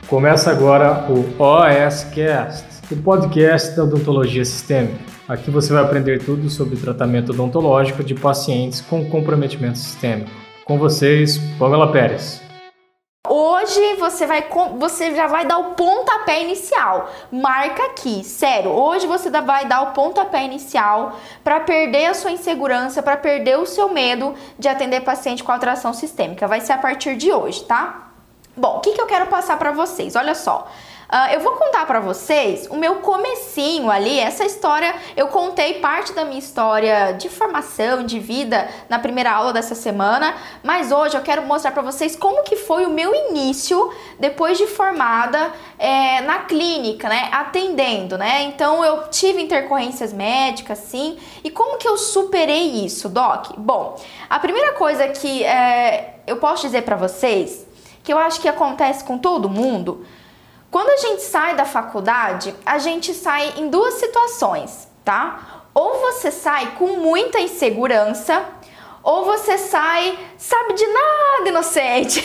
Começa agora o OSCast, o podcast da odontologia sistêmica. Aqui você vai aprender tudo sobre tratamento odontológico de pacientes com comprometimento sistêmico. Com vocês, Pamela Pérez. Hoje você já vai dar o pontapé inicial. Marca aqui, sério. Hoje você vai dar o pontapé inicial para perder a sua insegurança, para perder o seu medo de atender paciente com alteração sistêmica. Vai ser a partir de hoje, tá? Bom, o que eu quero passar para vocês? Olha só. Eu vou contar para vocês o meu comecinho ali, essa história, eu contei parte da minha história de formação, de vida na primeira aula dessa semana, mas hoje eu quero mostrar para vocês como que foi o meu início depois de formada na clínica, né, atendendo, né, então eu tive intercorrências médicas, sim, e como que eu superei isso, Doc? Bom, a primeira coisa que eu posso dizer para vocês, que eu acho que acontece com todo mundo, quando a gente sai da faculdade, a gente sai em duas situações, tá? Ou você sai com muita insegurança, ou você sai, sabe de nada, inocente.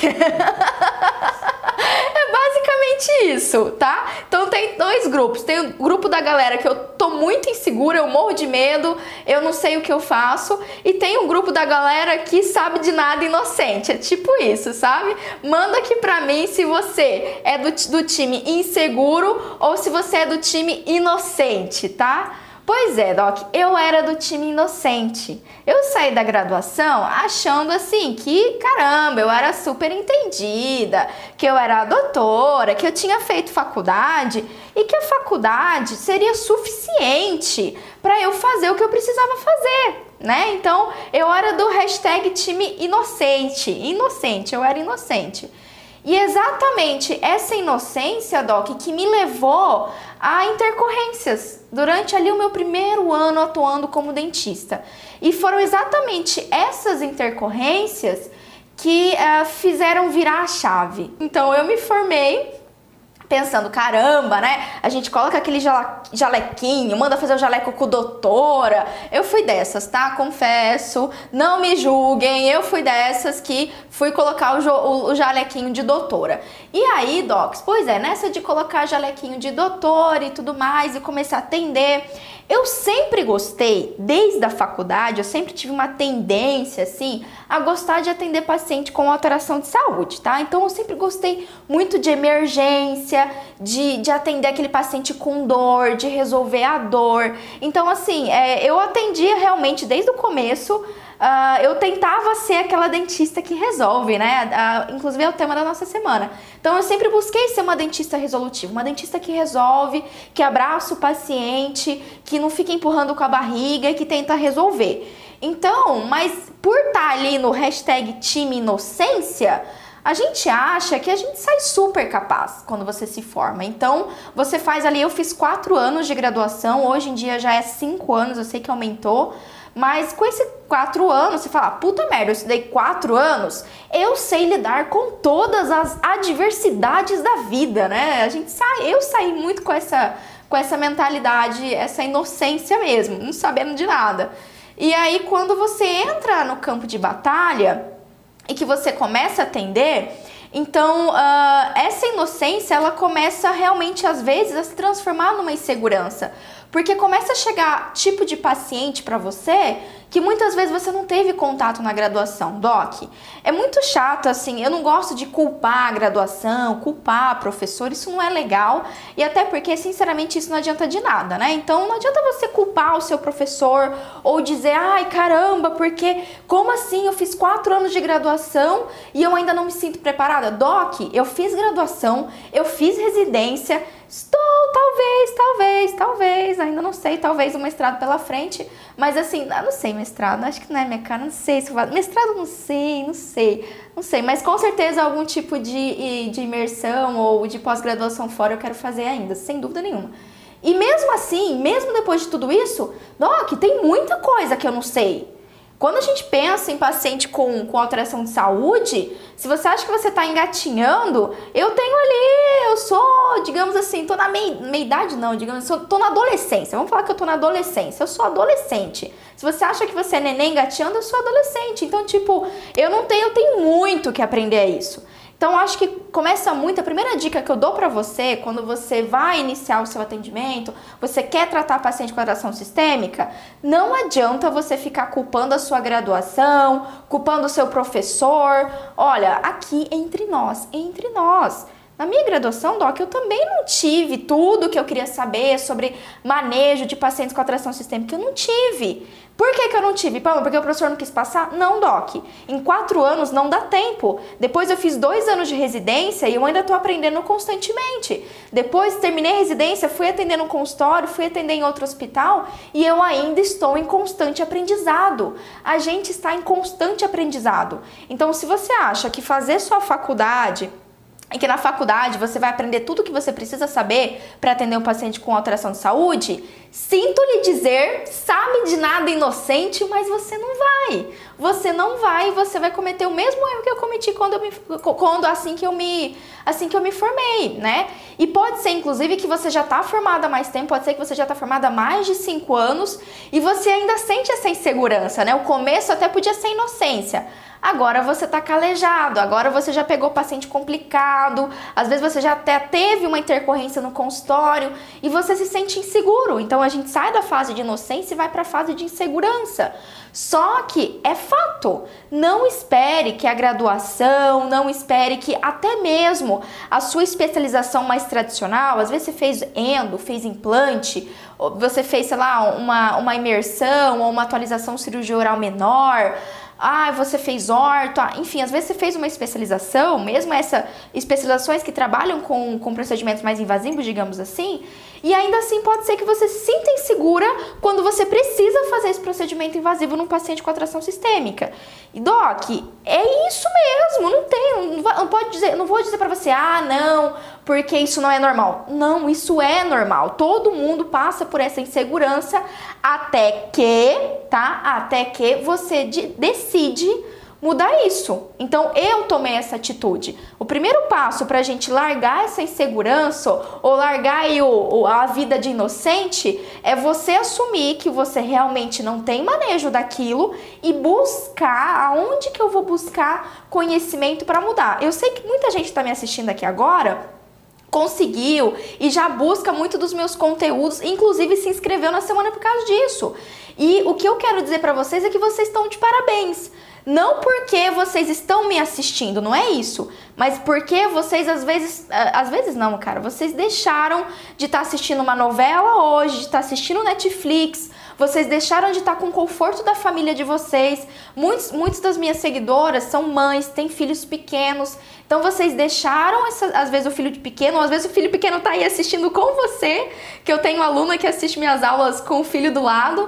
É basicamente isso, tá? Então tem dois grupos. Tem o grupo da galera que eu tô muito insegura, eu morro de medo, eu não sei o que eu faço. E tem o grupo da galera que sabe de nada, inocente. É tipo isso, sabe? Manda aqui pra mim se você é do time inseguro ou se você é do time inocente, tá? Pois é, Doc, eu era do time inocente. Eu saí da graduação achando assim que, caramba, eu era super entendida, que eu era a doutora, que eu tinha feito faculdade e que a faculdade seria suficiente para eu fazer o que eu precisava fazer, né? Então, eu era do hashtag time inocente. Inocente, eu era inocente. E exatamente essa inocência, Doc, que me levou a intercorrências durante ali o meu primeiro ano atuando como dentista. E foram exatamente essas intercorrências que fizeram virar a chave. Então eu me formei pensando, caramba, né? A gente coloca aquele jalequinho, manda fazer o jaleco com doutora. Eu fui dessas, tá? Confesso, não me julguem. Eu fui dessas que fui colocar o jalequinho de doutora. E aí, Docs, pois é, nessa de colocar jalequinho de doutora e tudo mais e começar a atender, eu sempre gostei, desde a faculdade, eu sempre tive uma tendência, assim, a gostar de atender paciente com alteração de saúde, tá? Então, eu sempre gostei muito de emergência, de atender aquele paciente com dor, de resolver a dor. Então, assim, eu atendia realmente desde o começo. Eu tentava ser aquela dentista que resolve, né? Inclusive é o tema da nossa semana. Então eu sempre busquei ser uma dentista resolutiva, uma dentista que resolve, que abraça o paciente, que não fica empurrando com a barriga e que tenta resolver. Então, mas por estar ali no hashtag time inocência, a gente acha que a gente sai super capaz quando você se forma. Então, você faz ali, eu fiz 4 anos de graduação, hoje em dia já é 5 anos, eu sei que aumentou. Mas com esses 4 anos, você fala, puta merda, eu estudei 4 anos, eu sei lidar com todas as adversidades da vida, né? Eu saí muito com essa mentalidade, essa inocência mesmo, não sabendo de nada. E aí, quando você entra no campo de batalha e que você começa a atender, então essa inocência, ela começa realmente, às vezes, a se transformar numa insegurança. Porque começa a chegar tipo de paciente para você que muitas vezes você não teve contato na graduação, Doc. É muito chato, assim, eu não gosto de culpar a graduação, culpar a professor, isso não é legal. E até porque, sinceramente, isso não adianta de nada, né? Então, não adianta você culpar o seu professor ou dizer, ai, caramba, porque como assim? Eu fiz 4 anos de graduação e eu ainda não me sinto preparada. Doc, eu fiz graduação, eu fiz residência, estou, talvez, ainda não sei, talvez um mestrado pela frente, mas assim, não sei mestrado, acho que não é minha cara, não sei se eu faço, mestrado não sei, mas com certeza algum tipo de imersão ou de pós-graduação fora eu quero fazer ainda, sem dúvida nenhuma. E mesmo assim, mesmo depois de tudo isso, Doc, tem muita coisa que eu não sei. Quando a gente pensa em paciente com alteração de saúde, se você acha que você está engatinhando, eu sou, digamos assim, tô na meia idade não, digamos assim, tô na adolescência, vamos falar que eu tô na adolescência, eu sou adolescente. Se você acha que você é neném engatinhando, eu sou adolescente, então tipo, eu tenho muito que aprender a isso. Então, acho que começa muito, a primeira dica que eu dou pra você, quando você vai iniciar o seu atendimento, você quer tratar paciente com atração sistêmica, não adianta você ficar culpando a sua graduação, culpando o seu professor. Olha, aqui entre nós. Na minha graduação, Doc, eu também não tive tudo que eu queria saber sobre manejo de pacientes com atração sistêmica. Eu não tive. Por que eu não tive? Porque o professor não quis passar? Não, Doc. Em 4 anos não dá tempo. Depois eu fiz 2 anos de residência e eu ainda estou aprendendo constantemente. Depois terminei a residência, fui atender no consultório, fui atender em outro hospital e eu ainda estou em constante aprendizado. A gente está em constante aprendizado. Então, se você acha que fazer sua faculdade e que na faculdade você vai aprender tudo o que você precisa saber para atender um paciente com alteração de saúde, sinto lhe dizer, sabe de nada inocente, mas você não vai. Você não vai e você vai cometer o mesmo erro que eu cometi assim que eu me formei, né? E pode ser, inclusive, que você já está formada há mais tempo, pode ser que você já está formada há mais de 5 anos e você ainda sente essa insegurança, né? O começo até podia ser inocência. Agora você está calejado, agora você já pegou paciente complicado, às vezes você já até teve uma intercorrência no consultório e você se sente inseguro. Então a gente sai da fase de inocência e vai para a fase de insegurança. Só que é fato, não espere que a graduação, não espere que até mesmo a sua especialização mais tradicional, às vezes você fez endo, fez implante, você fez, sei lá, uma imersão ou uma atualização cirurgia oral menor, você fez orto, enfim, às vezes você fez uma especialização, mesmo essas especializações que trabalham com procedimentos mais invasivos, digamos assim, e ainda assim pode ser que você se sinta insegura quando você precisa fazer esse procedimento invasivo num paciente com atração sistêmica. E Doc, é isso mesmo, não vou dizer pra você, não, porque isso não é normal. Não, isso é normal. Todo mundo passa por essa insegurança até que você decide mudar isso. Então, eu tomei essa atitude. O primeiro passo para a gente largar essa insegurança ou largar a vida de inocente é você assumir que você realmente não tem manejo daquilo e buscar aonde que eu vou buscar conhecimento para mudar. Eu sei que muita gente está me assistindo aqui agora conseguiu e já busca muito dos meus conteúdos, inclusive se inscreveu na semana por causa disso. E o que eu quero dizer para vocês é que vocês estão de parabéns. Não porque vocês estão me assistindo, não é isso, mas porque vocês às vezes não, cara, vocês deixaram de estar assistindo uma novela hoje, de estar assistindo Netflix, vocês deixaram de estar com o conforto da família de vocês. Muitas das minhas seguidoras são mães, têm filhos pequenos, então vocês deixaram, às vezes, o filho pequeno, ou às vezes o filho pequeno tá aí assistindo com você, que eu tenho aluna que assiste minhas aulas com o filho do lado.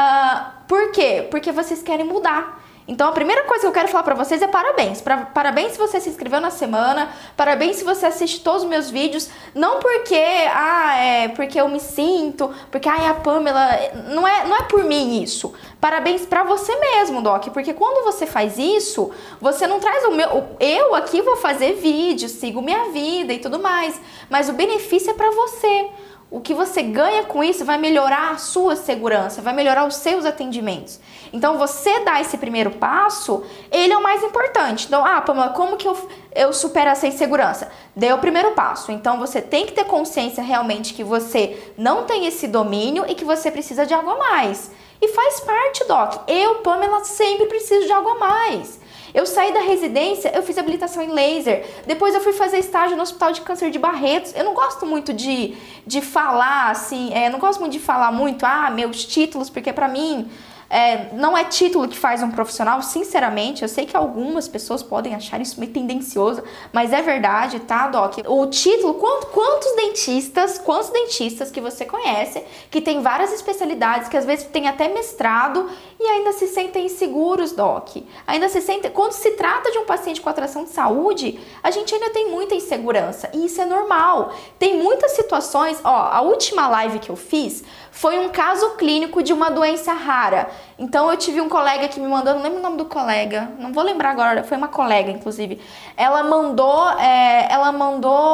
Por quê? Porque vocês querem mudar. Então, a primeira coisa que eu quero falar pra vocês é parabéns. Parabéns se você se inscreveu na semana, parabéns se você assiste todos os meus vídeos, não porque, porque eu me sinto, porque, a Pamela, não é por mim isso. Parabéns pra você mesmo, Doc, porque quando você faz isso, você não traz eu aqui vou fazer vídeo, sigo minha vida e tudo mais, mas o benefício é pra você. O que você ganha com isso vai melhorar a sua segurança, vai melhorar os seus atendimentos. Então, você dar esse primeiro passo, ele é o mais importante. Então, Pamela, como que eu supero essa insegurança? Dê o primeiro passo. Então, você tem que ter consciência realmente que você não tem esse domínio e que você precisa de algo a mais. E faz parte, Doc. Eu, Pamela, sempre preciso de algo a mais. Eu saí da residência, eu fiz habilitação em laser, depois eu fui fazer estágio no Hospital de Câncer de Barretos. Eu não gosto muito de falar assim, não gosto muito de falar muito, meus títulos, porque pra mim não é título que faz um profissional, sinceramente. Eu sei que algumas pessoas podem achar isso meio tendencioso, mas é verdade, tá, Doc? O título, quantos dentistas que você conhece, que tem várias especialidades, que às vezes tem até mestrado e ainda se sentem inseguros, Doc? Quando se trata de um paciente com atração de saúde, a gente ainda tem muita insegurança, e isso é normal. Tem muitas situações, a última live que eu fiz foi um caso clínico de uma doença rara. Então eu tive um colega que me mandou, não lembro o nome do colega, não vou lembrar agora, foi uma colega, inclusive. Ela mandou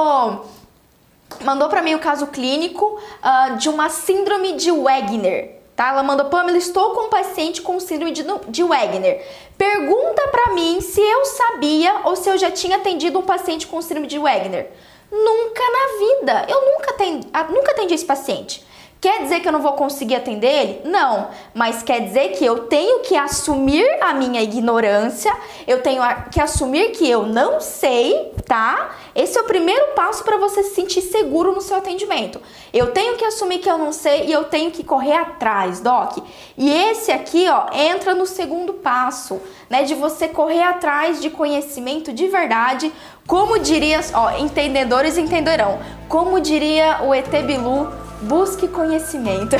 para mim o caso clínico de uma síndrome de Wegener. tá? Ela mandou: Pamela, estou com um paciente com síndrome de Wegener. Pergunta pra mim se eu sabia ou se eu já tinha atendido um paciente com síndrome de Wegener. Nunca na vida. Eu nunca atendi esse paciente. Quer dizer que eu não vou conseguir atender ele? Não, mas quer dizer que eu tenho que assumir a minha ignorância, eu tenho que assumir que eu não sei, tá? Esse é o primeiro passo para você se sentir seguro no seu atendimento. Eu tenho que assumir que eu não sei e eu tenho que correr atrás, Doc. E esse aqui, ó, entra no segundo passo, né? De você correr atrás de conhecimento de verdade. Como diria, ó, entendedores entenderão. Como diria o ET Bilu, busque conhecimento.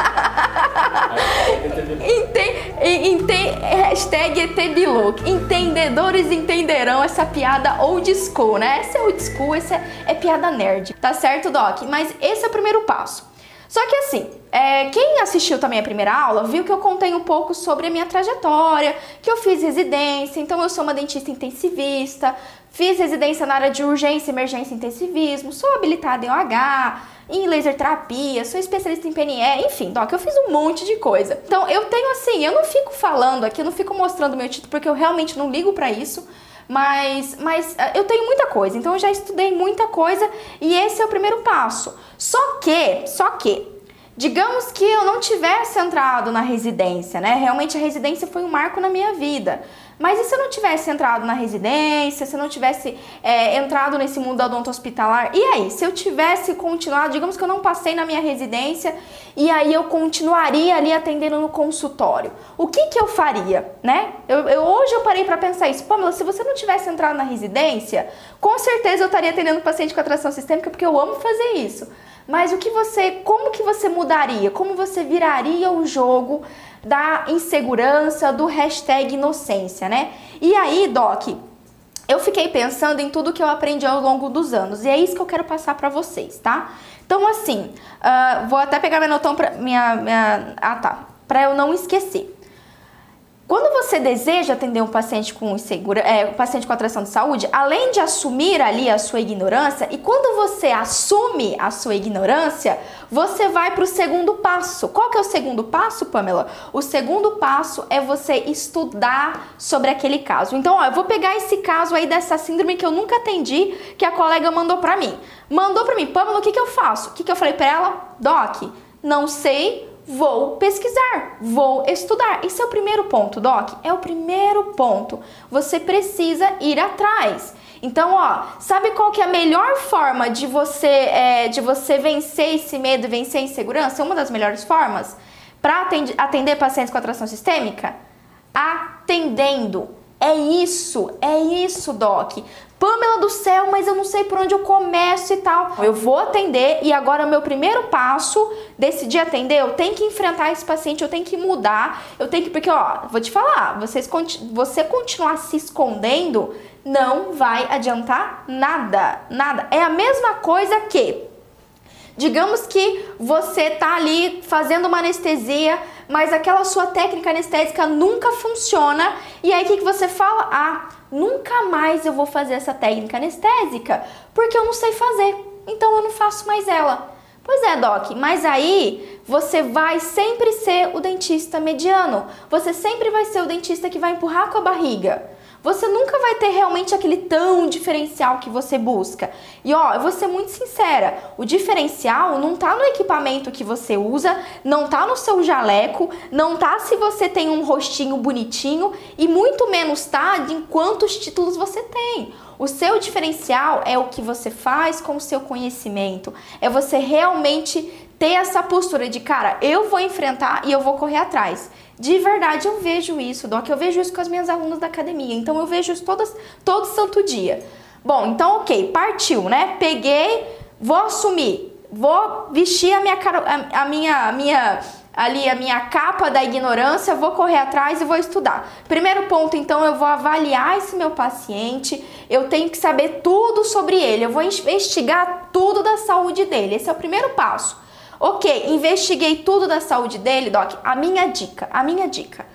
Hashtag ET Bilu. Entendedores entenderão essa piada old school, né? Essa é old school, essa é piada nerd. Tá certo, Doc? Mas esse é o primeiro passo. Só que assim, quem assistiu também a primeira aula viu que eu contei um pouco sobre a minha trajetória, que eu fiz residência, então eu sou uma dentista intensivista, fiz residência na área de urgência, emergência e intensivismo, sou habilitada em OH, em laser terapia, sou especialista em PNE, enfim, Doc, eu fiz um monte de coisa. Então eu tenho assim, eu não fico falando aqui, eu não fico mostrando meu título porque eu realmente não ligo pra isso, mas eu tenho muita coisa, então eu já estudei muita coisa e esse é o primeiro passo. Só que, digamos que eu não tivesse entrado na residência, né? Realmente a residência foi um marco na minha vida. Mas e se eu não tivesse entrado na residência, se eu não tivesse entrado nesse mundo da odonto hospitalar? E aí, se eu tivesse continuado, digamos que eu não passei na minha residência e aí eu continuaria ali atendendo no consultório, o que eu faria, né? Hoje eu parei pra pensar isso. Pamela, se você não tivesse entrado na residência, com certeza eu estaria atendendo paciente com atração sistêmica porque eu amo fazer isso. Mas como que você mudaria? Como você viraria o jogo da insegurança, do hashtag inocência, né? E aí, Doc, eu fiquei pensando em tudo que eu aprendi ao longo dos anos. E é isso que eu quero passar pra vocês, tá? Então, assim, vou até pegar meu notão pra eu não esquecer. Quando você deseja atender um paciente com paciente com atração de saúde, além de assumir ali a sua ignorância, e quando você assume a sua ignorância, você vai para o segundo passo. Qual que é o segundo passo, Pamela? O segundo passo é você estudar sobre aquele caso. Então, ó, eu vou pegar esse caso aí dessa síndrome que eu nunca atendi, que a colega mandou para mim. Pamela, o que eu faço? O que eu falei para ela? Doc, não sei. Vou pesquisar, vou estudar. Esse é o primeiro ponto, Doc. É o primeiro ponto. Você precisa ir atrás. Então, ó, sabe qual que é a melhor forma de você vencer esse medo e vencer a insegurança? Uma das melhores formas para atender pacientes com atração sistêmica? Atendendo. É isso, Doc. Pamela do céu, mas eu não sei por onde eu começo e tal. Eu vou atender e agora o meu primeiro passo, decidir atender, eu tenho que enfrentar esse paciente, eu tenho que mudar, porque, ó, vou te falar, você continuar se escondendo não vai adiantar nada, nada. É a mesma coisa que, digamos que você tá ali fazendo uma anestesia, mas aquela sua técnica anestésica nunca funciona, e aí o que você fala? Nunca mais eu vou fazer essa técnica anestésica, porque eu não sei fazer, então eu não faço mais ela. Pois é, Doc, mas aí você vai sempre ser o dentista mediano, você sempre vai ser o dentista que vai empurrar com a barriga. Você nunca vai ter realmente aquele tão diferencial que você busca. E ó, eu vou ser muito sincera, o diferencial não tá no equipamento que você usa, não tá no seu jaleco, não tá se você tem um rostinho bonitinho e muito menos tá em quantos títulos você tem. O seu diferencial é o que você faz com o seu conhecimento, é você realmente ter essa postura de, cara, eu vou enfrentar e eu vou correr atrás. De verdade, eu vejo isso, Doc, eu vejo isso com as minhas alunas da academia, então eu vejo isso todo santo dia. Bom, então ok, partiu, né? Peguei, vou assumir, vou vestir a minha capa da ignorância, vou correr atrás e vou estudar. Primeiro ponto, então, eu vou avaliar esse meu paciente, eu tenho que saber tudo sobre ele, eu vou investigar tudo da saúde dele, esse é o primeiro passo. Ok, investiguei tudo da saúde dele, Doc, a minha dica.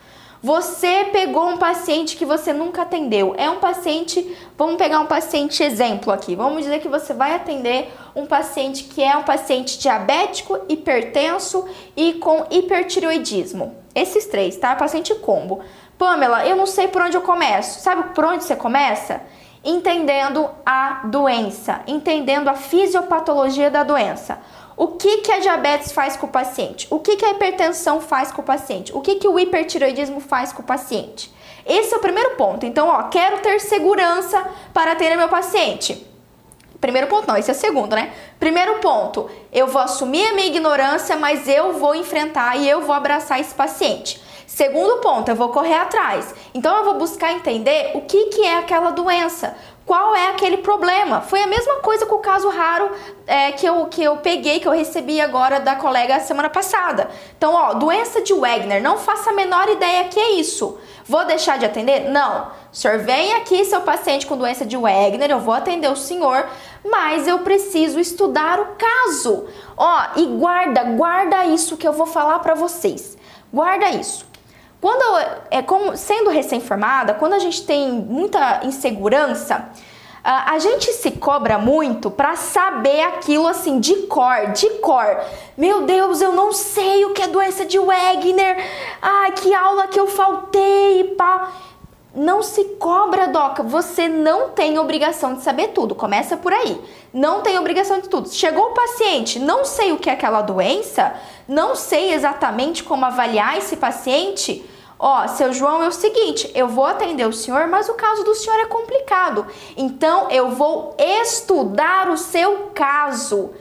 Você pegou um paciente que você nunca atendeu. É um paciente, vamos pegar um paciente exemplo aqui. Vamos dizer que você vai atender um paciente que é um paciente diabético, hipertenso e com hipertireoidismo. Esses 3, tá? Paciente combo. Pamela, eu não sei por onde eu começo. Sabe por onde você começa? Entendendo a doença, entendendo a fisiopatologia da doença. O que a diabetes faz com o paciente? O que a hipertensão faz com o paciente? O que o hipertireoidismo faz com o paciente? Esse é o primeiro ponto. Então, quero ter segurança para atender meu paciente. Primeiro ponto não, esse é o segundo, né? Primeiro ponto, eu vou assumir a minha ignorância, mas eu vou enfrentar e eu vou abraçar esse paciente. Segundo ponto, eu vou correr atrás. Então, eu vou buscar entender o que é aquela doença. Qual é aquele problema? Foi a mesma coisa com o caso raro que eu peguei, que eu recebi agora da colega semana passada. Então, doença de Wegener, não faço a menor ideia que é isso. Vou deixar de atender? Não. O senhor vem aqui, seu paciente com doença de Wegener, eu vou atender o senhor, mas eu preciso estudar o caso. E guarda isso que eu vou falar para vocês. Guarda isso. Como sendo recém-formada, quando a gente tem muita insegurança, a gente se cobra muito para saber aquilo assim de cor. Meu Deus, eu não sei o que é doença de Wegener. Que aula que eu faltei, pá. Não se cobra, Doca. Você não tem obrigação de saber tudo. Começa por aí. Não tem obrigação de tudo. Chegou o paciente, não sei o que é aquela doença, não sei exatamente como avaliar esse paciente. Seu João, é o seguinte, eu vou atender o senhor, mas o caso do senhor é complicado. Então, eu vou estudar o seu caso.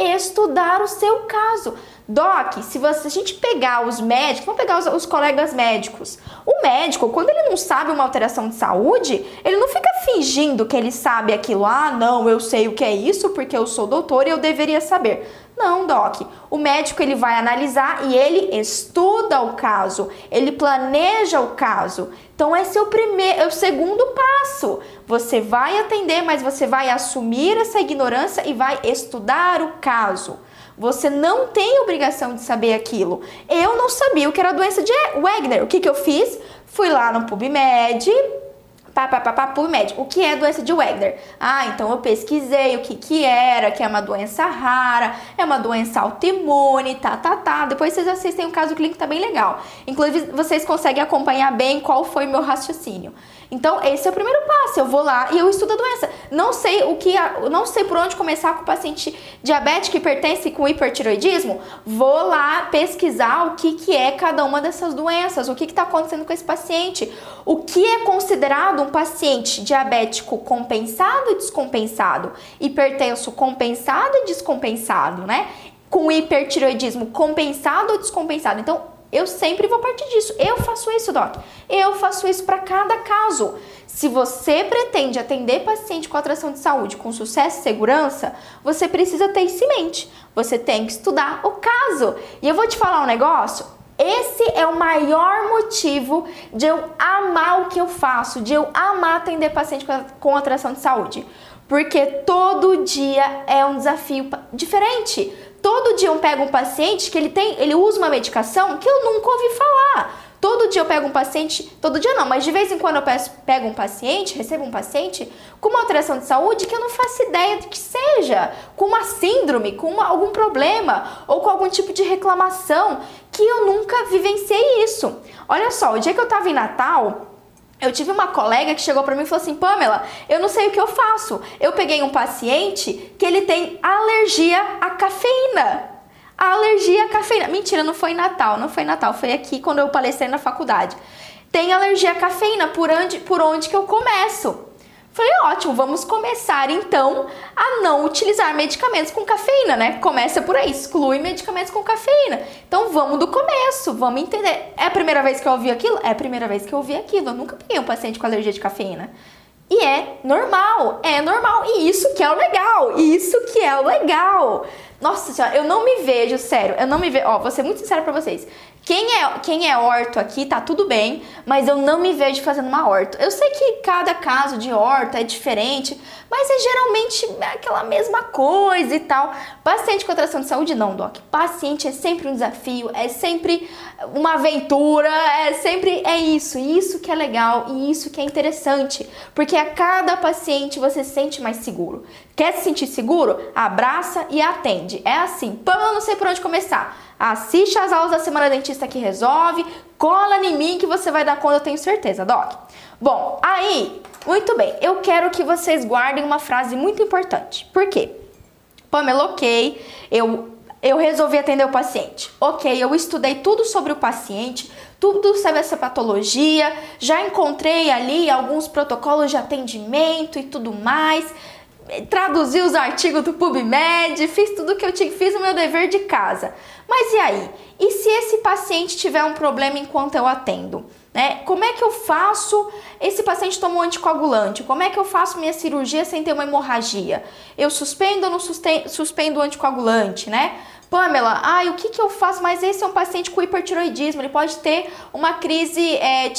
Doc, se a gente pegar os médicos, vamos pegar os colegas médicos. O médico, quando ele não sabe uma alteração de saúde, ele não fica fingindo que ele sabe aquilo. Não, eu sei o que é isso porque eu sou doutor e eu deveria saber. Não, Doc. O médico ele vai analisar e ele estuda o caso, ele planeja o caso. Então esse é o segundo passo. Você vai atender, mas você vai assumir essa ignorância e vai estudar o caso. Você não tem obrigação de saber aquilo. Eu não sabia o que era a doença de Wegener. O que eu fiz? Fui lá no PubMed. PubMed. O que é doença de Wegener? Então eu pesquisei o que era, que é uma doença rara, é uma doença autoimune, Depois vocês assistem um caso clínico, tá bem legal. Inclusive, vocês conseguem acompanhar bem qual foi o meu raciocínio. Então, esse é o primeiro passo. Eu vou lá e eu estudo a doença. Não sei por onde começar com o paciente diabético, hipertenso e com hipertireoidismo. Vou lá pesquisar o que é cada uma dessas doenças, o que está acontecendo com esse paciente. O que é considerado um paciente diabético compensado e descompensado, hipertenso compensado e descompensado, né? Com hipertireoidismo compensado ou descompensado. Então, eu sempre vou partir disso. Eu faço isso, Doc. Eu faço isso para cada caso. Se você pretende atender paciente com alteração de saúde com sucesso e segurança, você precisa ter isso em mente. Você tem que estudar o caso. E eu vou te falar um negócio. Esse é o maior motivo de eu amar o que eu faço, de eu amar atender paciente com alteração de saúde. Porque todo dia é um desafio diferente. Todo dia eu pego um paciente que ele usa uma medicação que eu nunca ouvi falar. Todo dia eu pego um paciente, todo dia não, mas de vez em quando eu pego um paciente, recebo um paciente com uma alteração de saúde que eu não faço ideia do que seja, com uma síndrome, com algum problema ou com algum tipo de reclamação que eu nunca vivenciei isso. Olha só, o dia que eu tava em Natal, eu tive uma colega que chegou pra mim e falou assim: Pamela, eu não sei o que eu faço. Eu peguei um paciente que ele tem alergia à cafeína. Alergia à cafeína. Mentira, não foi Natal, foi aqui quando eu palestrei na faculdade. Tem alergia à cafeína, por onde que eu começo? Falei, ótimo, vamos começar então a não utilizar medicamentos com cafeína, né? Começa por aí, exclui medicamentos com cafeína. Então vamos do começo, vamos entender. É a primeira vez que eu ouvi aquilo? É a primeira vez que eu ouvi aquilo. Eu nunca peguei um paciente com alergia de cafeína. E é normal. E isso que é o legal, Nossa senhora, eu não me vejo, sério, eu não me vejo. Ó, vou ser muito sincera pra vocês. Quem é orto aqui, tá tudo bem, mas eu não me vejo fazendo uma orto. Eu sei que cada caso de orto é diferente, mas é geralmente aquela mesma coisa e tal. Paciente com atração de saúde, não, Doc. Paciente é sempre um desafio, é sempre uma aventura, é isso que é legal e isso que é interessante. Porque a cada paciente você se sente mais seguro. Quer se sentir seguro? Abraça e atende. É assim, eu não sei por onde começar. Assiste as aulas da Semana Dentista que resolve, cola em mim que você vai dar conta, eu tenho certeza, Doc. Bom, aí, muito bem, eu quero que vocês guardem uma frase muito importante. Por quê? Pamela, ok, eu resolvi atender o paciente. Ok, eu estudei tudo sobre o paciente, tudo sobre essa patologia, já encontrei ali alguns protocolos de atendimento e tudo mais, traduzi os artigos do PubMed, fiz tudo que eu tinha, fiz o meu dever de casa. Mas e aí? E se esse paciente tiver um problema enquanto eu atendo? Né? Como é que eu faço? Esse paciente tomou anticoagulante, como é que eu faço minha cirurgia sem ter uma hemorragia? Eu suspendo ou não suspendo o anticoagulante, né? Pamela, o que eu faço? Mas esse é um paciente com hipertiroidismo, ele pode ter uma crise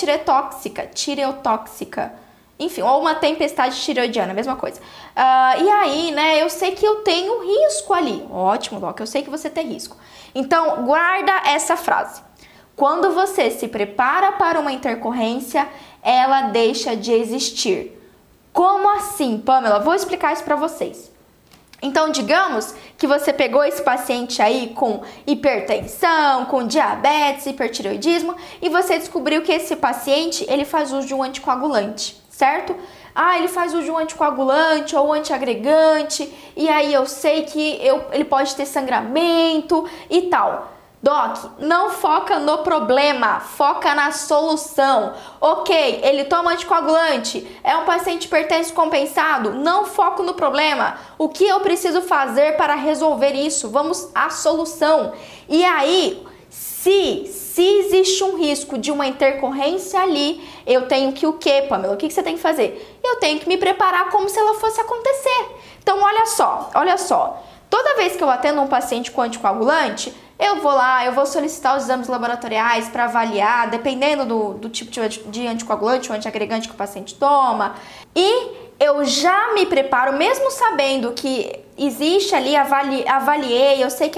tireotóxica. Enfim, ou uma tempestade tireoidiana, mesma coisa. E aí, né, eu sei que eu tenho risco ali. Ótimo, Doc, eu sei que você tem risco. Então, guarda essa frase. Quando você se prepara para uma intercorrência, ela deixa de existir. Como assim, Pamela? Vou explicar isso para vocês. Então, digamos que você pegou esse paciente aí com hipertensão, com diabetes, hipertireoidismo, e você descobriu que esse paciente, ele faz uso de um anticoagulante, certo? Ele faz uso de um anticoagulante ou antiagregante, e aí eu sei que ele pode ter sangramento e tal. Doc, não foca no problema, foca na solução. Ok, ele toma anticoagulante, é um paciente hipertenso compensado, não foco no problema. O que eu preciso fazer para resolver isso? Vamos à solução. E aí, se existe um risco de uma intercorrência ali, eu tenho que o quê, Pamela? O que você tem que fazer? Eu tenho que me preparar como se ela fosse acontecer. Então, olha só. Toda vez que eu atendo um paciente com anticoagulante, eu vou lá, eu vou solicitar os exames laboratoriais para avaliar, dependendo do tipo de anticoagulante ou antiagregante que o paciente toma. E eu já me preparo, mesmo sabendo que existe ali, avaliei, eu sei que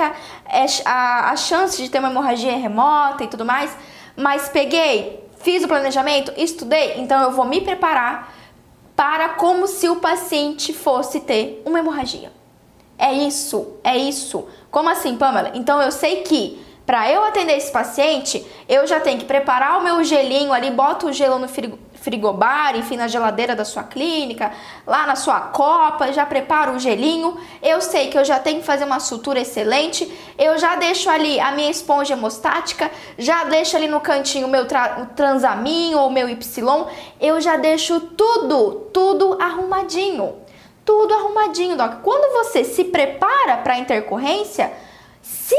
a chance de ter uma hemorragia é remota e tudo mais, mas fiz o planejamento, estudei, então eu vou me preparar para como se o paciente fosse ter uma hemorragia. É isso. Como assim, Pamela? Então eu sei que para eu atender esse paciente, eu já tenho que preparar o meu gelinho ali, boto o gelo no frigobar, enfim, na geladeira da sua clínica, lá na sua copa, já preparo o gelinho. Eu sei que eu já tenho que fazer uma sutura excelente, eu já deixo ali a minha esponja hemostática, já deixo ali no cantinho o meu transamin ou o meu Y, eu já deixo tudo arrumadinho. Tudo arrumadinho, Doc. Quando você se prepara para a intercorrência, se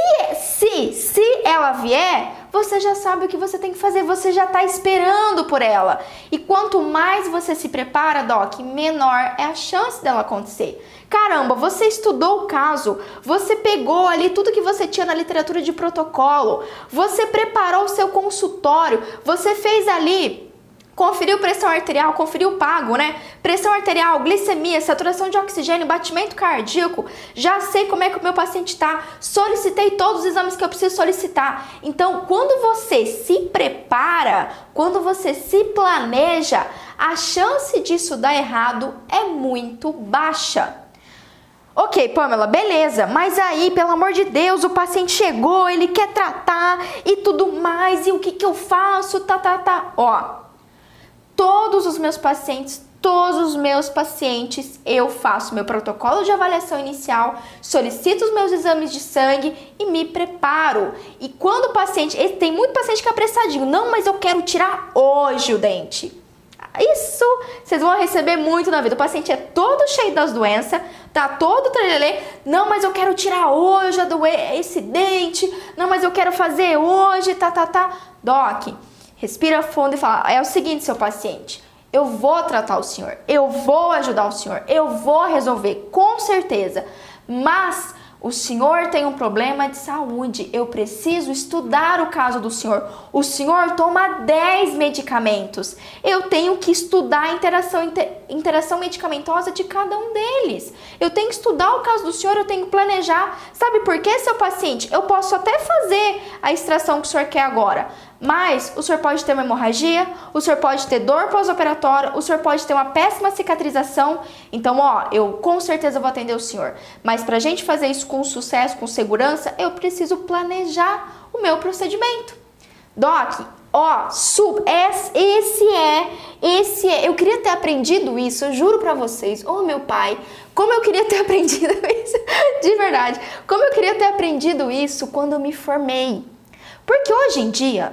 ela vier, você já sabe o que você tem que fazer, você já está esperando por ela. E quanto mais você se prepara, Doc, menor é a chance dela acontecer. Caramba, você estudou o caso, você pegou ali tudo que você tinha na literatura de protocolo, você preparou o seu consultório, você fez ali... Conferiu pressão arterial, conferiu o pago, né? Pressão arterial, glicemia, saturação de oxigênio, batimento cardíaco. Já sei como é que o meu paciente está. Solicitei todos os exames que eu preciso solicitar. Então, quando você se prepara, quando você se planeja, a chance disso dar errado é muito baixa. Ok, Pamela, beleza, mas aí, pelo amor de Deus, o paciente chegou, ele quer tratar e tudo mais, e o que eu faço? Ó... Todos os meus pacientes, eu faço meu protocolo de avaliação inicial, solicito os meus exames de sangue e me preparo. E quando o paciente, tem muito paciente que é apressadinho, não, mas eu quero tirar hoje o dente. Isso vocês vão receber muito na vida. O paciente é todo cheio das doenças, tá todo trelelê. Não, mas eu quero tirar hoje esse dente. Não, mas eu quero fazer hoje, Doc, respira fundo e fala, é o seguinte, seu paciente, eu vou tratar o senhor, eu vou ajudar o senhor, eu vou resolver, com certeza, mas O senhor tem um problema de saúde, eu preciso estudar o caso do senhor. O senhor toma 10 medicamentos, eu tenho que estudar a interação medicamentosa de cada um deles. Eu tenho que estudar o caso do senhor, eu tenho que planejar. Sabe por quê, seu paciente? Eu posso até fazer a extração que o senhor quer agora, mas o senhor pode ter uma hemorragia, o senhor pode ter dor pós-operatória, o senhor pode ter uma péssima cicatrização. Então, eu com certeza vou atender o senhor. Mas pra gente fazer isso com sucesso, com segurança, eu preciso planejar o meu procedimento. Doc, eu queria ter aprendido isso, eu juro pra vocês, meu pai, como eu queria ter aprendido isso, de verdade, como eu queria ter aprendido isso quando eu me formei. Porque hoje em dia,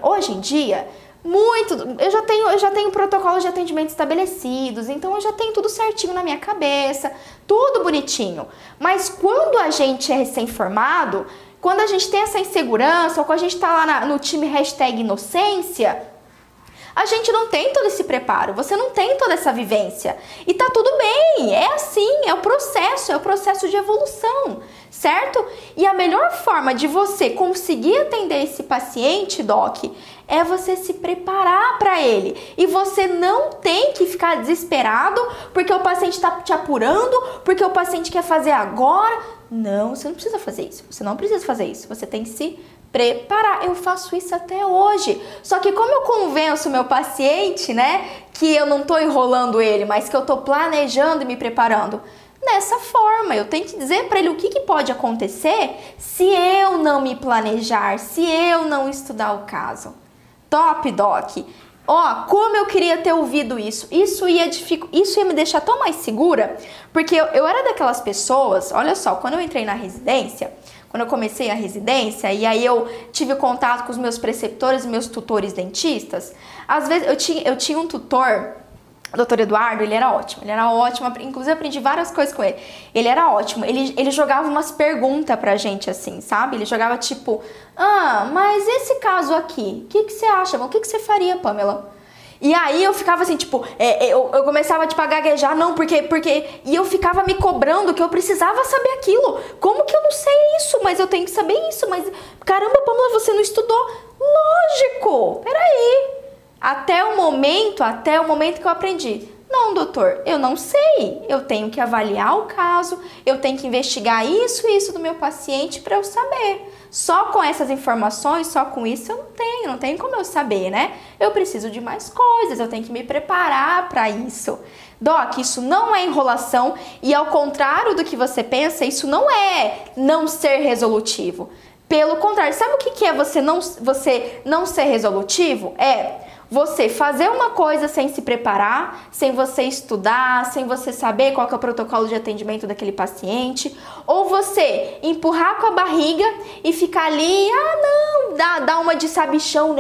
eu já tenho protocolos de atendimento estabelecidos, então eu já tenho tudo certinho na minha cabeça, tudo bonitinho. Mas quando a gente é recém-formado, quando a gente tem essa insegurança, ou quando a gente tá lá no time #inocência, a gente não tem todo esse preparo, você não tem toda essa vivência. E tá tudo bem, é assim, é o processo de evolução, certo? E a melhor forma de você conseguir atender esse paciente, Doc, é você se preparar para ele. E você não tem que ficar desesperado porque o paciente está te apurando, porque o paciente quer fazer agora. Não, você não precisa fazer isso. Você tem que se preparar. Eu faço isso até hoje. Só que como eu convenço o meu paciente, né, que eu não tô enrolando ele, mas que eu tô planejando e me preparando? Dessa forma, eu tenho que dizer para ele o que pode acontecer se eu não me planejar, se eu não estudar o caso. Top, Doc! Como eu queria ter ouvido isso. Isso ia me deixar tão mais segura, porque eu era daquelas pessoas, olha só, quando eu entrei na residência, quando eu comecei a residência, e aí eu tive contato com os meus preceptores e meus tutores dentistas, às vezes eu tinha um tutor, o doutor Eduardo, ele era ótimo, inclusive aprendi várias coisas com ele. Ele era ótimo, ele jogava umas perguntas pra gente assim, sabe? Ele jogava tipo, mas esse caso aqui, o que você acha? O que você faria, Pamela? E aí eu ficava assim, tipo, eu começava tipo, a gaguejar, e eu ficava me cobrando que eu precisava saber aquilo. Como que eu não sei isso? Mas eu tenho que saber isso, mas caramba, Pamela, você não estudou? Lógico, peraí. Até o momento que eu aprendi. Não, doutor, eu não sei. Eu tenho que avaliar o caso, eu tenho que investigar isso e isso do meu paciente para eu saber. Só com essas informações, só com isso eu não tenho como eu saber, né? Eu preciso de mais coisas, eu tenho que me preparar para isso. Doc, isso não é enrolação e ao contrário do que você pensa, isso não é não ser resolutivo. Pelo contrário, sabe o que é você não ser resolutivo? É você fazer uma coisa sem se preparar, sem você estudar, sem você saber qual que é o protocolo de atendimento daquele paciente, ou você empurrar com a barriga e ficar ali, dá uma de sabichão,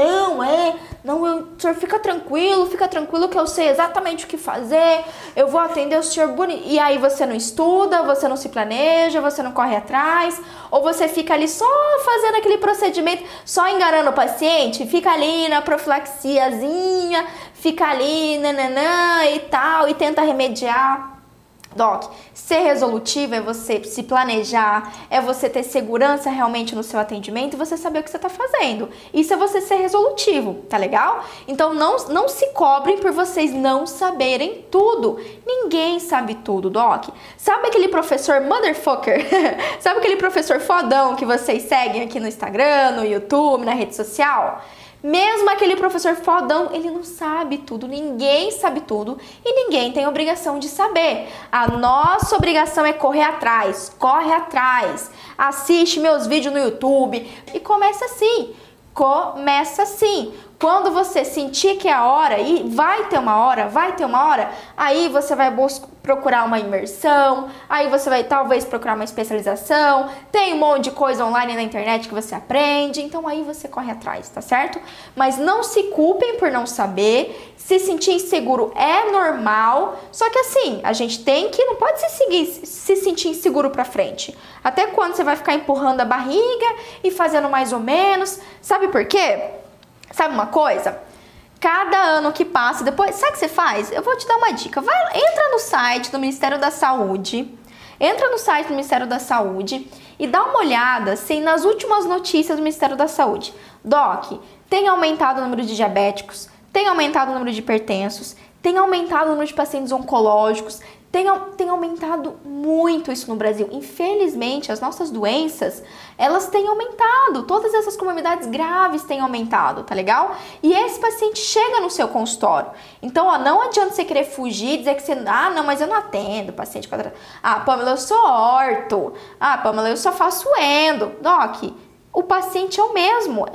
o senhor fica tranquilo que eu sei exatamente o que fazer, eu vou atender o senhor bonito. E aí você não estuda, você não se planeja, você não corre atrás, ou você fica ali só fazendo aquele procedimento, só enganando o paciente, fica ali na profilaxiazinha, fica ali, e tal, e tenta remediar. Doc, ser resolutivo é você se planejar, é você ter segurança realmente no seu atendimento e você saber o que você está fazendo. Isso é você ser resolutivo, tá legal? Então não se cobrem por vocês não saberem tudo. Ninguém sabe tudo, Doc. Sabe aquele professor motherfucker? Sabe aquele professor fodão que vocês seguem aqui no Instagram, no YouTube, na rede social? Mesmo aquele professor fodão, ele não sabe tudo, ninguém sabe tudo e ninguém tem obrigação de saber. A nossa obrigação é corre atrás, assiste meus vídeos no YouTube e começa assim. Quando você sentir que é a hora, e vai ter uma hora, aí você vai procurar uma imersão, aí você vai talvez procurar uma especialização, tem um monte de coisa online na internet que você aprende, então aí você corre atrás, tá certo? Mas não se culpem por não saber, se sentir inseguro é normal, só que assim, a gente não pode se sentir inseguro pra frente. Até quando você vai ficar empurrando a barriga e fazendo mais ou menos, sabe por quê? Sabe uma coisa? Cada ano que passa, depois, sabe o que você faz? Eu vou te dar uma dica. Entra no site do Ministério da Saúde, Entra no site do Ministério da Saúde e dá uma olhada assim, nas últimas notícias do Ministério da Saúde. Doc, tem aumentado o número de diabéticos, tem aumentado o número de hipertensos, tem aumentado o número de pacientes oncológicos, tem aumentado muito isso no Brasil. Infelizmente, as nossas doenças, elas têm aumentado. Todas essas comorbidades graves têm aumentado, tá legal? E esse paciente chega no seu consultório. Então, ó, não adianta você querer fugir, dizer que você... Ah, não, mas eu não atendo paciente com... Ah, Pamela, eu sou orto. Ah, Pamela, eu só faço endo. Doc, o paciente é o mesmo.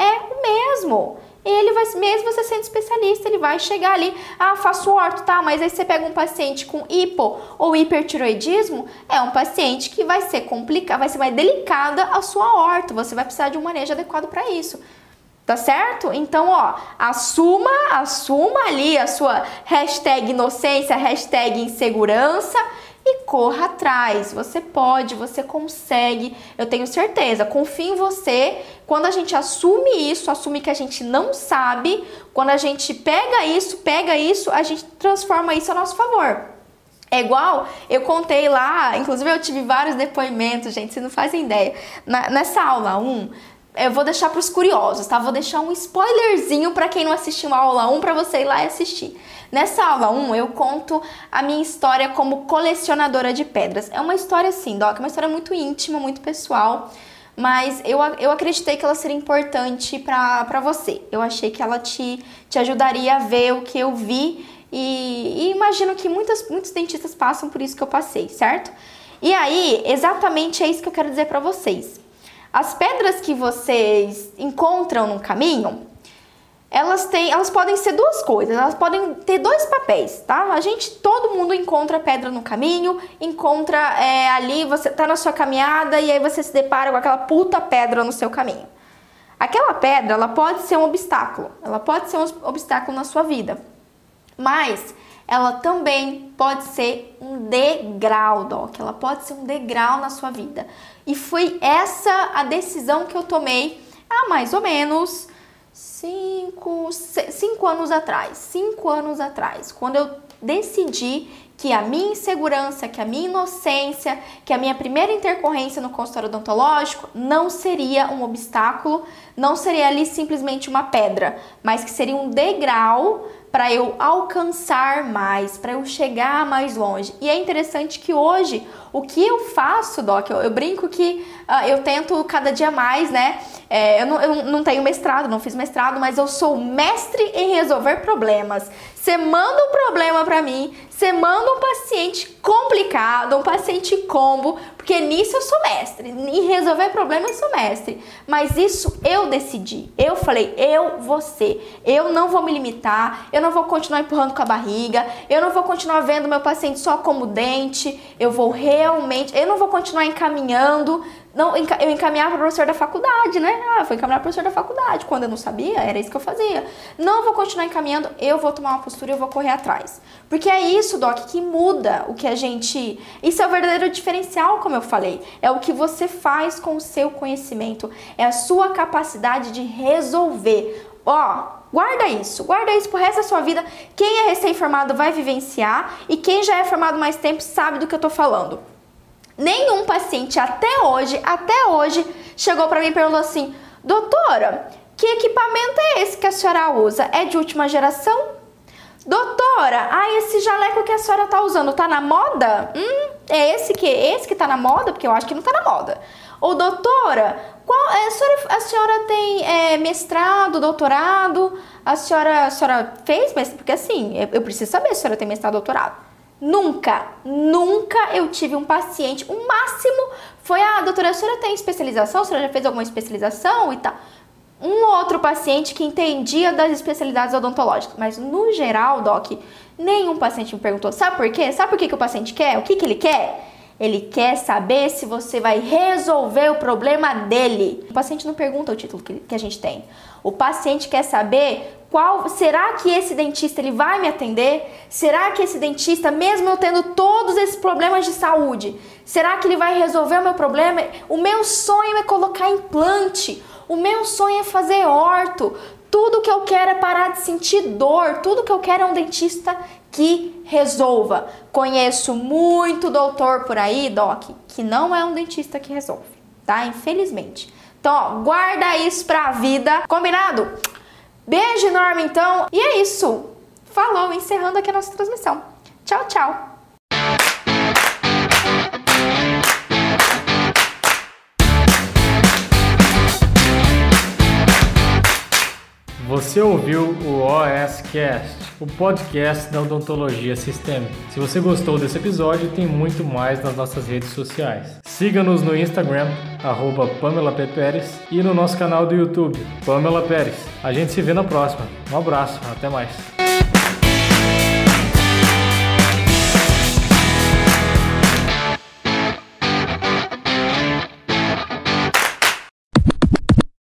Ele vai, mesmo você sendo especialista, ele vai chegar ali, ah, faço orto, tá, mas aí você pega um paciente com hipo ou hipertiroidismo, é um paciente que vai ser complicado, vai ser mais delicada a sua orto, você vai precisar de um manejo adequado para isso. Tá certo? Então, ó, assuma ali a sua hashtag inocência, hashtag insegurança e corra atrás. Você pode, você consegue, eu tenho certeza. Confio em você. Quando a gente assume isso, assume que a gente não sabe, quando a gente pega isso, a gente transforma isso a nosso favor. É igual, eu contei lá, inclusive eu tive vários depoimentos, gente, vocês não fazem ideia. Nessa aula 1, eu vou deixar para os curiosos, tá? Vou deixar um spoilerzinho para quem não assistiu a aula 1 para você ir lá e assistir. Nessa aula 1, eu conto a minha história como colecionadora de pedras. É uma história assim, Doc, uma história muito íntima, muito pessoal, mas eu acreditei que ela seria importante para você. Eu achei que ela te ajudaria a ver o que eu vi e imagino que muitos dentistas passam por isso que eu passei, certo? E aí, exatamente é isso que eu quero dizer para vocês. As pedras que vocês encontram no caminho, elas podem ser duas coisas, elas podem ter dois papéis, tá? Todo mundo encontra pedra no caminho, encontra ali, você tá na sua caminhada e aí você se depara com aquela puta pedra no seu caminho. Aquela pedra, ela pode ser um obstáculo na sua vida, mas ela também pode ser um degrau, Doc, ela pode ser um degrau na sua vida. E foi essa a decisão que eu tomei há mais ou menos 5 anos atrás. 5 anos atrás, quando eu decidi que a minha insegurança, que a minha inocência, que a minha primeira intercorrência no consultório odontológico não seria um obstáculo, não seria ali simplesmente uma pedra, mas que seria um degrau para eu alcançar mais, para eu chegar mais longe. E é interessante que hoje, o que eu faço, Doc, eu brinco que eu tento cada dia mais, né? Eu não tenho mestrado, não fiz mestrado, mas eu sou mestre em resolver problemas. Você manda um problema para mim, você manda um paciente complicado, um paciente combo, porque nisso eu sou mestre, em resolver problemas eu sou mestre. Mas isso eu decidi, eu falei, eu não vou me limitar, eu não vou continuar empurrando com a barriga, eu não vou continuar vendo meu paciente só como dente, eu não vou continuar encaminhando. Não, eu encaminhava para o professor da faculdade, né? Foi encaminhar para o professor da faculdade. Quando eu não sabia, era isso que eu fazia. Não vou continuar encaminhando, eu vou tomar uma postura e eu vou correr atrás. Porque é isso, Doc, que muda o que a gente... Isso é o verdadeiro diferencial, como eu falei. É o que você faz com o seu conhecimento. É a sua capacidade de resolver. Guarda isso pro resto da sua vida. Quem é recém-formado vai vivenciar e quem já é formado mais tempo sabe do que eu tô falando. Nenhum paciente até hoje chegou para mim e perguntou assim: doutora, que equipamento é esse que a senhora usa? É de última geração? Doutora, esse jaleco que a senhora tá usando tá na moda? É esse que tá na moda? Porque eu acho que não tá na moda. Ou doutora, a senhora tem mestrado, doutorado? A senhora fez? Porque assim, eu preciso saber se a senhora tem mestrado, doutorado. Nunca eu tive um paciente, o máximo foi, doutora, a senhora tem especialização? A senhora já fez alguma especialização e tal? Um outro paciente que entendia das especialidades odontológicas, mas no geral, Doc, nenhum paciente me perguntou. Sabe por quê? Sabe por que o paciente quer? O que ele quer? Ele quer saber se você vai resolver o problema dele. O paciente não pergunta o título que a gente tem. O paciente quer saber será que esse dentista ele vai me atender? Será que esse dentista, mesmo eu tendo todos esses problemas de saúde, será que ele vai resolver o meu problema? O meu sonho é colocar implante. O meu sonho é fazer orto. Tudo que eu quero é parar de sentir dor. Tudo que eu quero é um dentista que resolva. Conheço muito doutor por aí, doc, que não é um dentista que resolve, tá? Infelizmente. Então, ó, guarda isso pra vida, combinado? Beijo enorme, então. E é isso. Falou, encerrando aqui a nossa transmissão. Tchau, tchau. Você ouviu o OSCast, o podcast da odontologia sistêmica. Se você gostou desse episódio, tem muito mais nas nossas redes sociais. Siga-nos no Instagram, @PamelaPPeres, e no nosso canal do YouTube, Pamela Pérez. A gente se vê na próxima. Um abraço, até mais.